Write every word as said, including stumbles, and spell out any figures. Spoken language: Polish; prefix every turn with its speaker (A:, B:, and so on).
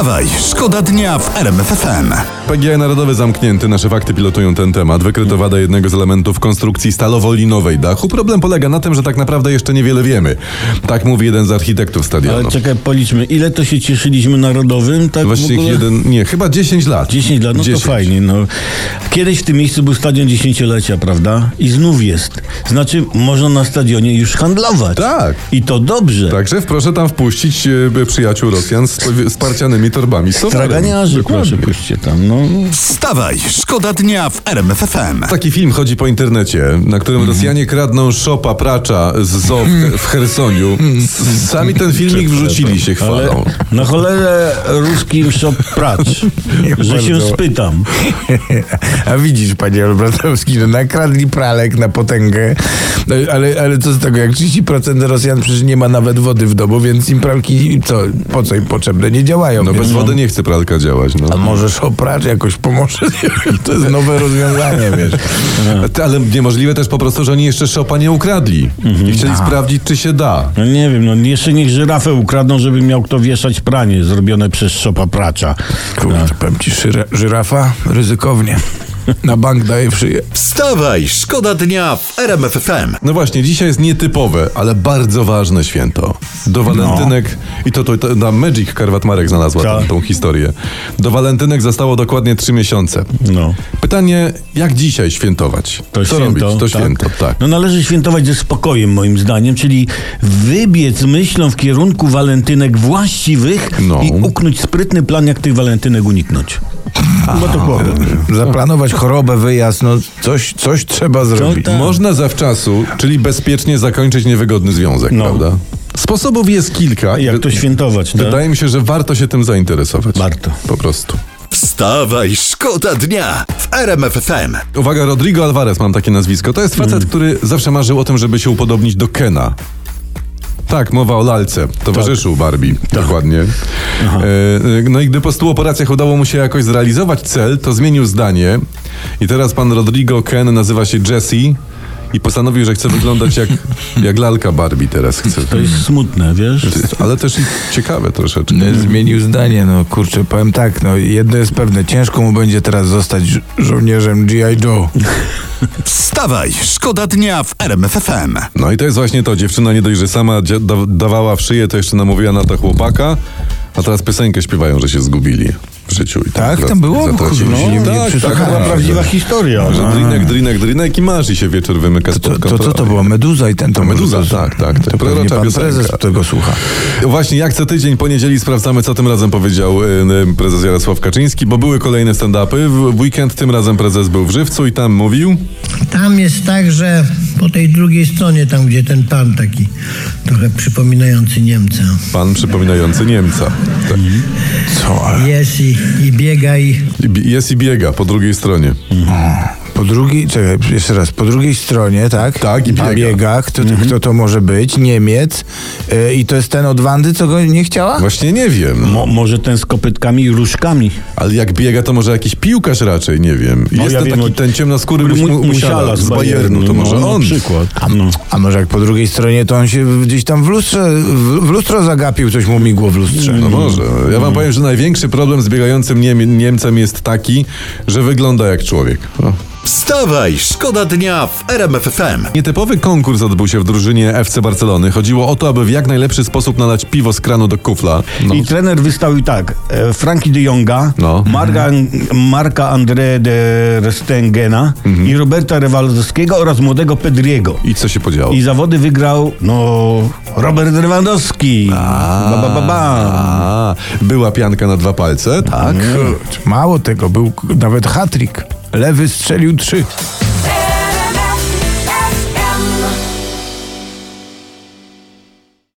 A: Wstawaj, szkoda dnia w R M F F M.
B: P G E Narodowy zamknięty, nasze fakty pilotują ten temat. Wykryto wadę jednego z elementów konstrukcji stalowo-linowej dachu. Problem polega na tym, że tak naprawdę jeszcze niewiele wiemy. Tak mówi jeden z architektów stadionu.
C: Ale czekaj, policzmy, ile to się cieszyliśmy Narodowym? Tak
B: Właściwie
C: w ogóle?
B: jeden, nie, chyba dziesięć lat.
C: dziesięć lat, no
B: dziesięć.
C: to fajnie. No. Kiedyś w tym miejscu był stadion dziesięciolecia, prawda? I znów jest. Znaczy, można na stadionie już handlować.
B: Tak.
C: I to dobrze.
B: Także proszę tam wpuścić e, przyjaciół Rosjan z, z parcianymi torbami. z towarem.
C: Straganiarzy,
B: Dokładnie.
C: proszę, puśćcie tam, no.
A: Wstawaj, szkoda dnia w R M F F M.
B: Taki film chodzi po internecie, na którym Rosjanie kradną szopa pracza z zoo w, w Chersoniu. S- Sami ten filmik wrzucili, się chwalą.
C: Ale na cholerę ruskim shop pracz, że się
D: bardzo.
C: spytam.
D: A widzisz, panie Olbratowski, no nakradli pralek na potęgę, no, ale, ale co z tego, jak trzydzieści procent Rosjan przecież nie ma nawet wody w domu, więc im pralki, co, po co im potrzebne, nie działają.
B: No
D: więc,
B: bez wody nie chce pralka działać.
D: A
B: No.
D: może szopracz jakoś pomoże? To jest nowe rozwiązanie, wiesz.
B: Ale niemożliwe też po prostu, że oni jeszcze szopa nie ukradli. I chcieli sprawdzić, czy się da.
C: No nie wiem, no jeszcze niech żyrafę ukradną, żeby miał kto wieszać pranie zrobione przez szopa pracza.
D: Kurczę, powiem ci, szyra, żyrafa ryzykownie. Na bank daje w szyję.
A: Wstawaj, szkoda dnia w R M F F M.
B: No właśnie, dzisiaj jest nietypowe, ale bardzo ważne święto. Do walentynek, i to, to, to na Magic Karwat-Marek znalazła
C: Tak.
B: tą, tą historię. Do walentynek zostało dokładnie trzy miesiące.
C: No.
B: Pytanie, jak dzisiaj świętować?
C: To
B: Co
C: święto,
B: robić? To
C: tak?
B: święto, tak.
C: No należy świętować ze spokojem, moim zdaniem, czyli wybiec myślą w kierunku walentynek właściwych
B: No.
C: i uknąć sprytny plan, jak tych walentynek uniknąć. Bo to powiem.
D: Zaplanować chorobę, wyjazd, no coś, coś trzeba zrobić.
C: tak.
B: Można zawczasu, czyli bezpiecznie zakończyć niewygodny związek,
C: No.
B: prawda? Sposobów jest kilka.
C: Jak to świętować, tak?
B: Wydaje mi się, że warto się tym zainteresować.
C: Warto.
B: Po prostu.
A: Wstawaj, szkoda dnia w R M F F M.
B: Uwaga, Rodrigo Alvarez, mam takie nazwisko. To jest facet, który zawsze marzył o tym, żeby się upodobnić do Kena. Tak, mowa o lalce, towarzyszu Barbie, dokładnie. E, no i gdy po stu operacjach udało mu się jakoś zrealizować cel, to zmienił zdanie i teraz pan Rodrigo Ken nazywa się Jesse i postanowił, że chce wyglądać jak, jak lalka Barbie teraz chce.
C: To jest smutne, wiesz?
B: Ale też i ciekawe troszeczkę.
D: No, zmienił zdanie, no kurczę, powiem tak, no jedno jest pewne, ciężko mu będzie teraz zostać żo- żołnierzem G I Joe.
A: Wstawaj, szkoda dnia w R M F F M.
B: No i to jest właśnie to. Dziewczyna nie dość, że sama dzia- da- dawała w szyję, to jeszcze namówiła na to chłopaka, a teraz piosenkę śpiewają, że się zgubili w życiu. I
D: Tak?
B: za-
D: Tam było?
B: zatracili
D: Kurde,
B: się.
D: nie- nie
B: tak,
D: przysłuchałem.
B: tak,
C: To była
B: tak.
C: prawdziwa historia.
B: Że
C: No.
B: drinek, drinek, drinek i masz i się wieczór wymyka
D: To,
B: spod
D: to,
B: kontroli.
D: co to była? Meduza i ten to
B: Meduza,
D: Meduza.
B: tak, tak. To
D: To pewnie
B: prorocza
D: pan
B: piosenka.
D: prezes tego słucha.
B: Właśnie, jak co tydzień po niedzieli sprawdzamy, co tym razem powiedział y, y, prezes Jarosław Kaczyński, bo były kolejne stand-upy. W, w weekend tym razem prezes był w Żywcu i tam mówił...
E: Tam jest tak, że po tej drugiej stronie, tam gdzie ten pan taki trochę przypominający Niemca
B: Pan przypominający Niemca. Tak.
D: Co? Ale
E: jest i, i biega i
B: I bi- Jest i biega po drugiej stronie.
D: po drugiej, czekaj, jeszcze raz, po drugiej stronie, tak?
B: Tak, i biega.
D: A biega, kto, kto to może być? Niemiec. Y, I to jest ten od Wandy, co go nie chciała?
B: Właśnie nie wiem.
C: Mo, może ten z kopytkami i różkami.
B: Ale jak biega, to może jakiś piłkarz raczej, nie wiem.
C: No,
B: Jest
C: ja
B: ten
C: wiem,
B: taki,
C: no,
B: ten ciemnoskóry mu, mu, musiala z Bayernu, to może
C: no,
B: on.
C: Na przykład.
D: A,
C: No.
D: a może jak po drugiej stronie, to on się gdzieś tam w lustrze, w, w lustro zagapił, coś mu migło w lustrze.
B: No może. Ja wam powiem, że największy problem z biegającym Niem- Niemcem jest taki, że wygląda jak człowiek. No.
A: Wstawaj, szkoda dnia w R M F F M.
B: Nietypowy konkurs odbył się w drużynie F C Barcelony. Chodziło o to, aby w jak najlepszy sposób nalać piwo z kranu do kufla. No.
C: I trener wystawił tak, e, Frankie de Jonga,
B: No.
C: Marga, Marka André de Restengena i Roberta Lewandowskiego oraz młodego Pedriego.
B: I co się podziało?
C: I zawody wygrał, no, Robert Lewandowski. Ba, ba, ba, ba.
B: A, była pianka na dwa palce, tak?
D: Kurczę, mało tego, był nawet hat-trick. Lewy strzelił trzy.